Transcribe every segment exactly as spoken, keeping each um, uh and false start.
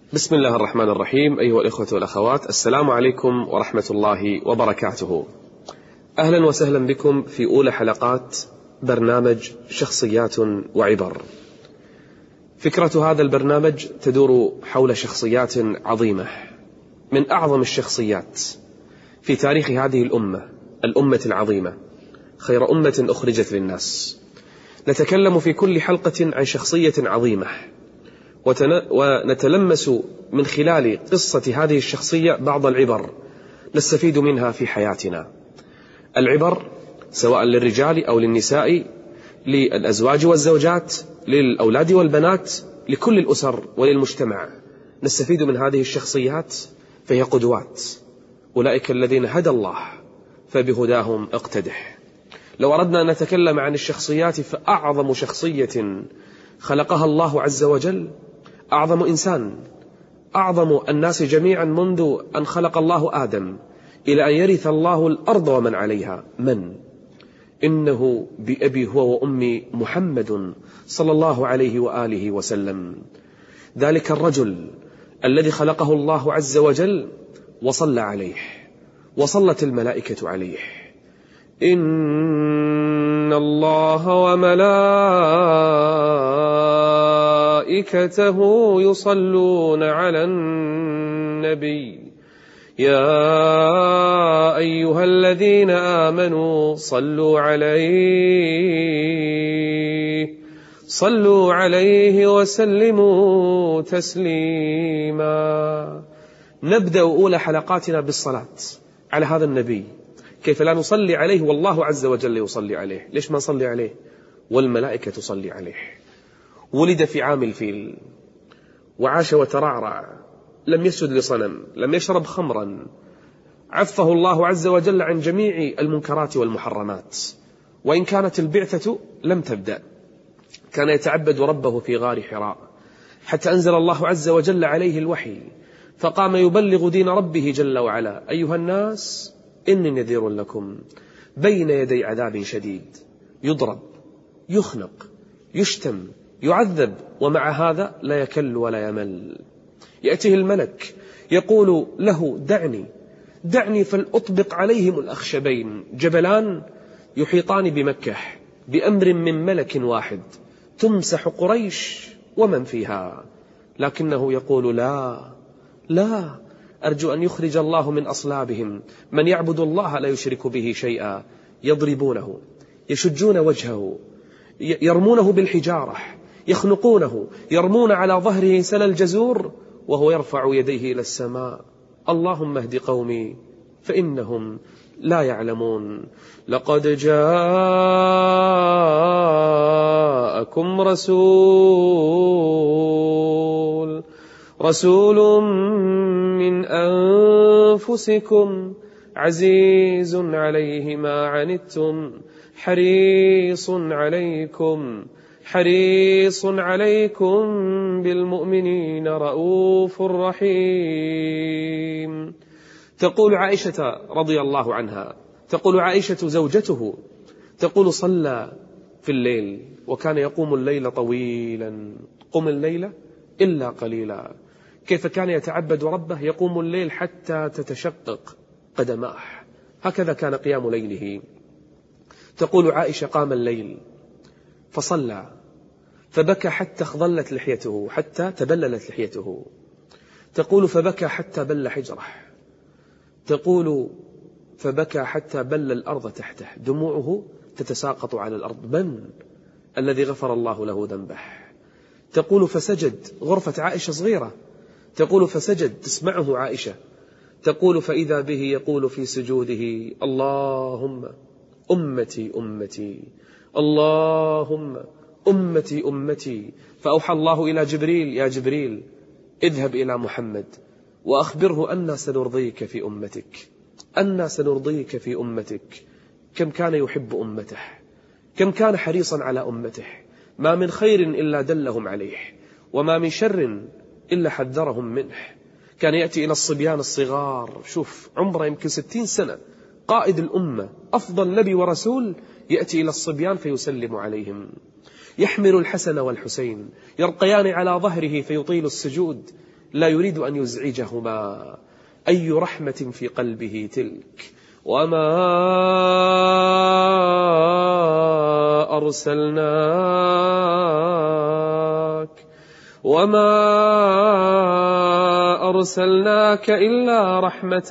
بسم الله الرحمن الرحيم. أيها الإخوة والأخوات، السلام عليكم ورحمة الله وبركاته. أهلا وسهلا بكم في أولى حلقات برنامج شخصيات وعبر. فكرة هذا البرنامج تدور حول شخصيات عظيمة من أعظم الشخصيات في تاريخ هذه الأمة، الأمة العظيمة، خير أمة أخرجت للناس. نتكلم في كل حلقة عن شخصية عظيمة، ونتلمس من خلال قصة هذه الشخصية بعض العبر نستفيد منها في حياتنا. العبر سواء للرجال أو للنساء، للأزواج والزوجات، للأولاد والبنات، لكل الأسر وللمجتمع. نستفيد من هذه الشخصيات فهي قدوات، أولئك الذين هدى الله فبهداهم اقتدح. لو أردنا أن نتكلم عن الشخصيات، فأعظم شخصية خلقها الله عز وجل، أعظم إنسان، أعظم الناس جميعا منذ أن خلق الله آدم إلى أن يرث الله الأرض ومن عليها، من؟ إنه بأبي هو وأمي محمد صلى الله عليه وآله وسلم، ذلك الرجل الذي خلقه الله عز وجل وصلى عليه وصلت الملائكة عليه. إن الله وملائكته يصلون على النبي يا أيها الذين آمنوا صلوا عليه صلوا عليه وسلموا تسليما. نبدأ أولى حلقاتنا بالصلاة على هذا النبي. كيف لا نصلي عليه والله عز وجل يصلي عليه؟ ليش ما نصلي عليه والملائكة تصلي عليه؟ ولد في عام الفيل، وعاش وترعرع، لم يسجد لصنم، لم يشرب خمرا، عفه الله عز وجل عن جميع المنكرات والمحرمات. وإن كانت البعثة لم تبدأ، كان يتعبد ربه في غار حراء حتى أنزل الله عز وجل عليه الوحي، فقام يبلغ دين ربه جل وعلا. أيها الناس إني نذير لكم بين يدي عذاب شديد، يضرب، يخنق، يشتم، يعذب، ومع هذا لا يكل ولا يمل. يأتيه الملك يقول له دعني دعني فلأطبق عليهم الأخشبين، جبلان يحيطان بمكة بأمر من ملك واحد، تمسح قريش ومن فيها. لكنه يقول لا لا، أرجو أن يخرج الله من أصلابهم من يعبد الله لا يشرك به شيئا. يضربونه، يشجون وجهه، يرمونه بالحجارة، يخنقونه، يرمون على ظهره سل الجزور، وهو يرفع يديه إلى السماء: اللهم اهد قومي فإنهم لا يعلمون. لقد جاءكم رسول رسول من أنفسكم عزيز عليه ما عنتم حريص عليكم حريص عليكم بالمؤمنين رؤوف رحيم. تقول عائشة رضي الله عنها، تقول عائشة زوجته، تقول: صلى في الليل وكان يقوم الليل طويلا، قم الليل إلا قليلا. كيف كان يتعبد ربه؟ يقوم الليل حتى تتشقق قدماه، هكذا كان قيام ليله. تقول عائشة: قام الليل فصلى فبكى حتى خضلت لحيته، حتى تبللت لحيته. تقول: فبكى حتى بل حجره. تقول: فبكى حتى بل الأرض تحته، دموعه تتساقط على الأرض. من الذي غفر الله له ذنبه؟ تقول: فسجد. غرفة عائشة صغيرة، تقول: فسجد، تسمعه عائشة. تقول: فإذا به يقول في سجوده: اللهم أمتي أمتي، اللهم أمتي أمتي. فأوحى الله إلى جبريل: يا جبريل اذهب إلى محمد وأخبره أنا سنرضيك في أمتك، أنا سنرضيك في أمتك. كم كان يحب أمته، كم كان حريصا على أمته. ما من خير إلا دلهم عليه، وما من شر إلا حذرهم منه. كان يأتي إلى الصبيان الصغار، شوف عمره يمكن ستين سنة، قائد الأمة، أفضل نبي ورسول، يأتي إلى الصبيان فيسلم عليهم. يحمل الحسن والحسين يرقيان على ظهره فيطيل السجود. لا يريد أن يزعجهما. أي رحمة في قلبه تلك. وما أرسلناك وما أرسلناك إلا رحمة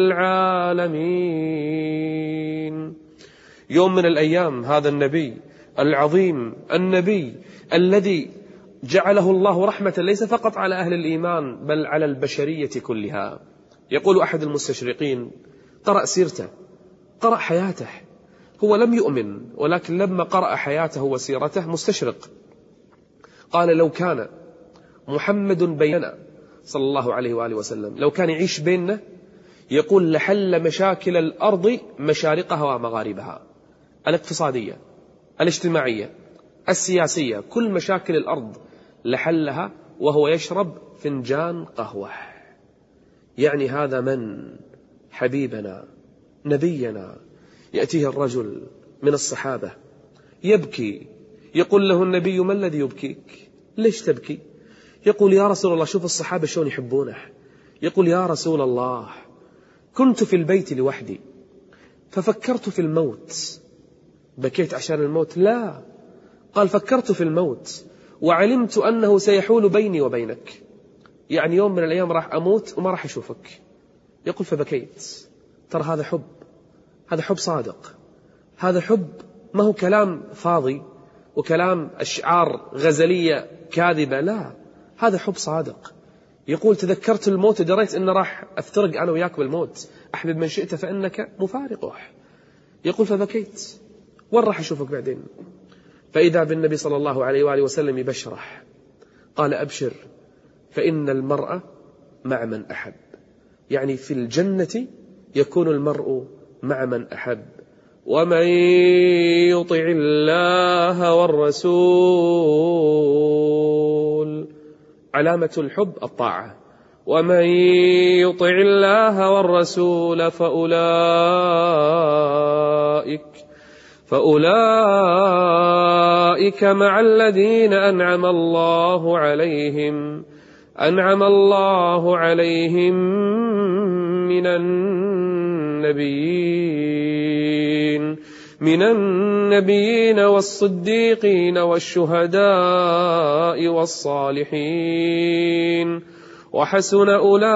للعالمين. يوم من الأيام هذا النبي العظيم، النبي الذي جعله الله رحمة ليس فقط على أهل الإيمان بل على البشرية كلها. يقول أحد المستشرقين: قرأ سيرته، قرأ حياته، هو لم يؤمن، ولكن لما قرأ حياته وسيرته مستشرق، قال: لو كان محمد بيننا صلى الله عليه وآله وسلم، لو كان يعيش بيننا، يقول لحل مشاكل الأرض مشارقها ومغاربها، الاقتصادية، الاجتماعية، السياسية، كل مشاكل الأرض لحلها وهو يشرب فنجان قهوة. يعني هذا من حبيبنا نبينا. يأتيه الرجل من الصحابة يبكي، يقول له النبي: ما الذي يبكيك؟ ليش تبكي؟ يقول: يا رسول الله، شوف الصحابة شلون يحبونه. يقول: يا رسول الله، كنت في البيت لوحدي ففكرت في الموت. بكيت عشان الموت؟ لا، قال: فكرت في الموت وعلمت أنه سيحول بيني وبينك، يعني يوم من الأيام راح أموت وما راح أشوفك. يقول: فبكيت. ترى هذا حب، هذا حب صادق، هذا حب ما هو كلام فاضي وكلام أشعار غزلية كاذبة، لا، هذا حب صادق. يقول: تذكرت الموت ودريت أن راح أفترق أنا وياك بالموت، أحبب من شئت فإنك مفارقه. يقول: فبكيت، وين راح أشوفك بعدين؟ فإذا بالنبي صلى الله عليه وآله وسلم يبشرح، قال: أبشر فإن المرء مع من أحب. يعني في الجنة يكون المرء مع من أحب. ومن يطع الله والرسول، علامة الحب الطاعة. ومن يطع الله والرسول فأولئك فأولئك مع الذين أنعم الله عليهم أنعم الله عليهم من النبيين من النبيين والصديقين والشهداء والصالحين، وحسن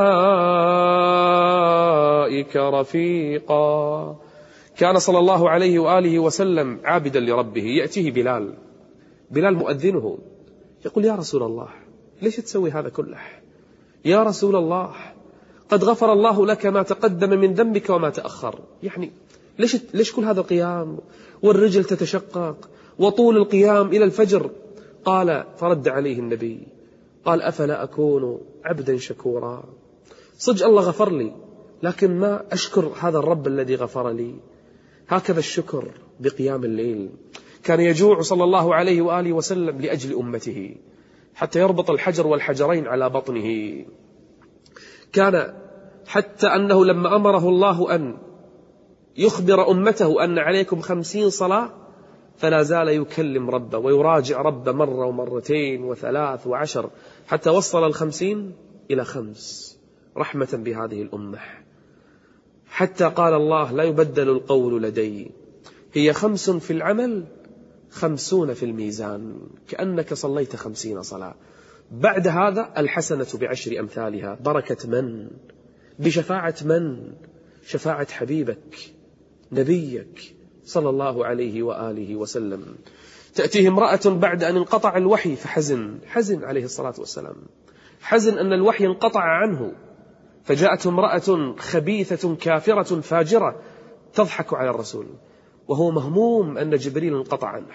أولئك رفيقا. كان صلى الله عليه وآله وسلم عابدا لربه. يأتيه بلال، بلال مؤذنه، يقول: يا رسول الله، ليش تسوي هذا كله؟ يا رسول الله، قد غفر الله لك ما تقدم من ذنبك وما تأخر، يعني ليش ليش كل هذا القيام والرجل تتشقق وطول القيام إلى الفجر؟ قال: فرد عليه النبي قال: أفلا أكون عبدا شكورا؟ صدق الله غفر لي، لكن ما أشكر هذا الرب الذي غفر لي. هكذا الشكر بقيام الليل. كان يجوع صلى الله عليه وآله وسلم لأجل أمته حتى يربط الحجر والحجرين على بطنه. كان حتى أنه لما أمره الله أن يخبر أمته أن عليكم خمسين صلاة، فلا زال يكلم ربه ويراجع ربه مرة ومرتين وثلاث وعشر حتى وصل الخمسين إلى خمس، رحمة بهذه الأمة. حتى قال الله: لا يبدل القول لدي، هي خمس في العمل خمسون في الميزان، كأنك صليت خمسين صلاة. بعد هذا الحسنة بعشر أمثالها. بركة من؟ بشفاعة من؟ شفاعة حبيبك نبيك صلى الله عليه وآله وسلم. تأتيه امرأة بعد أن انقطع الوحي فحزن، حزن عليه الصلاة والسلام، حزن أن الوحي انقطع عنه، فجاءت امرأة خبيثة كافرة فاجرة تضحك على الرسول وهو مهموم أن جبريل انقطع عنه،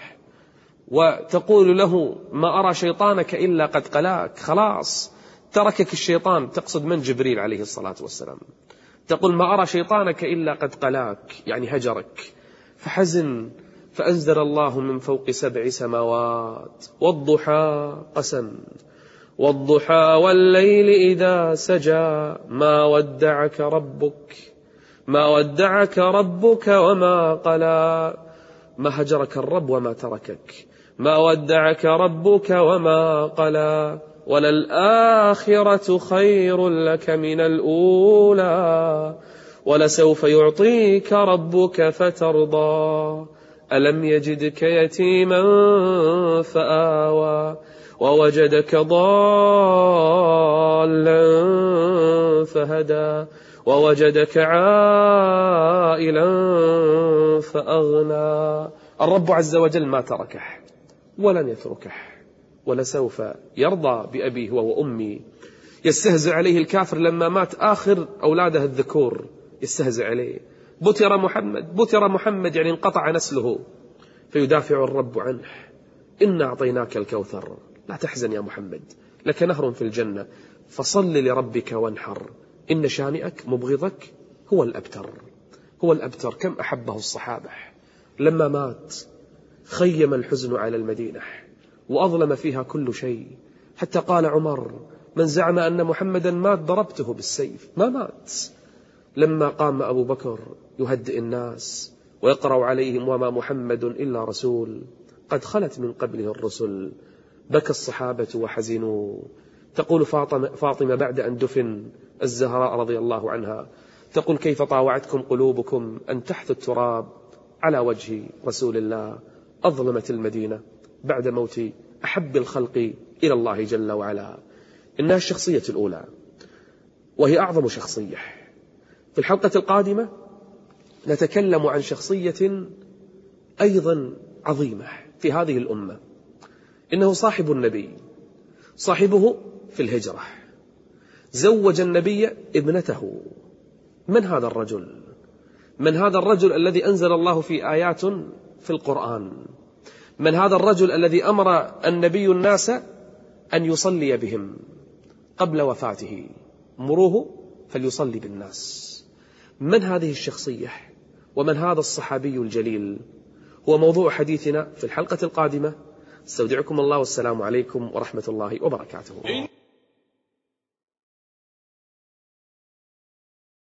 وتقول له: ما أرى شيطانك إلا قد قلاك، خلاص تركك الشيطان. تقصد من؟ جبريل عليه الصلاة والسلام. تقول: ما أرى شيطانك إلا قد قلاك، يعني هجرك. فحزن، فأنزل الله من فوق سبع سماوات: والضحى قسم، والضحى والليل إذا سجى، ما ودعك ربك ما ودعك ربك وما قلى. ما هجرك الرب وما تركك، ما ودعك ربك وما قلى. وللآخرة خير لك من الأولى ولسوف يعطيك ربك فترضى ألم يجدك يتيما فآوى ووجدك ضالا فهدى ووجدك عائلا فأغنى. الرب عز وجل ما تركه ولن يتركه، ولسوف يرضى بأبيه وأمي. يستهزئ عليه الكافر لما مات آخر أولاده الذكور، يستهزئ عليه، بتر محمد بتر محمد يعني انقطع نسله، فيدافع الرب عنه. إنا أعطيناك الكوثر لا تحزن يا محمد، لك نهر في الجنة فصل لربك وانحر إن شانئك مبغضك هو الأبتر. هو الأبتر. كم أحبه الصحابة. لما مات خيم الحزن على المدينة وأظلم فيها كل شيء، حتى قال عمر من زعم أن محمدا مات ضربته بالسيف. ما مات. لما قام أبو بكر يهدئ الناس ويقرأ عليهم وما محمد إلا رسول قد خلت من قبله الرسل، بكى الصحابة وحزنوا. تقول فاطمة, فاطمة بعد أن دفن الزهراء رضي الله عنها، تقول كيف طاوعتكم قلوبكم أن تحثوا التراب على وجه رسول الله. أظلمت المدينة بعد موت أحب الخلق إلى الله جل وعلا. إنها الشخصية الأولى وهي أعظم شخصية. في الحلقة القادمة نتكلم عن شخصية أيضا عظيمة في هذه الأمة، إنه صاحب النبي، صاحبه في الهجرة، زوج النبي ابنته. من هذا الرجل؟ من هذا الرجل الذي أنزل الله في آيات في القرآن؟ من هذا الرجل الذي أمر النبي الناس أن يصلي بهم قبل وفاته؟ مروه فليصلي بالناس. من هذه الشخصية ومن هذا الصحابي الجليل؟ هو موضوع حديثنا في الحلقة القادمة. استودعكم الله والسلام عليكم ورحمة الله وبركاته.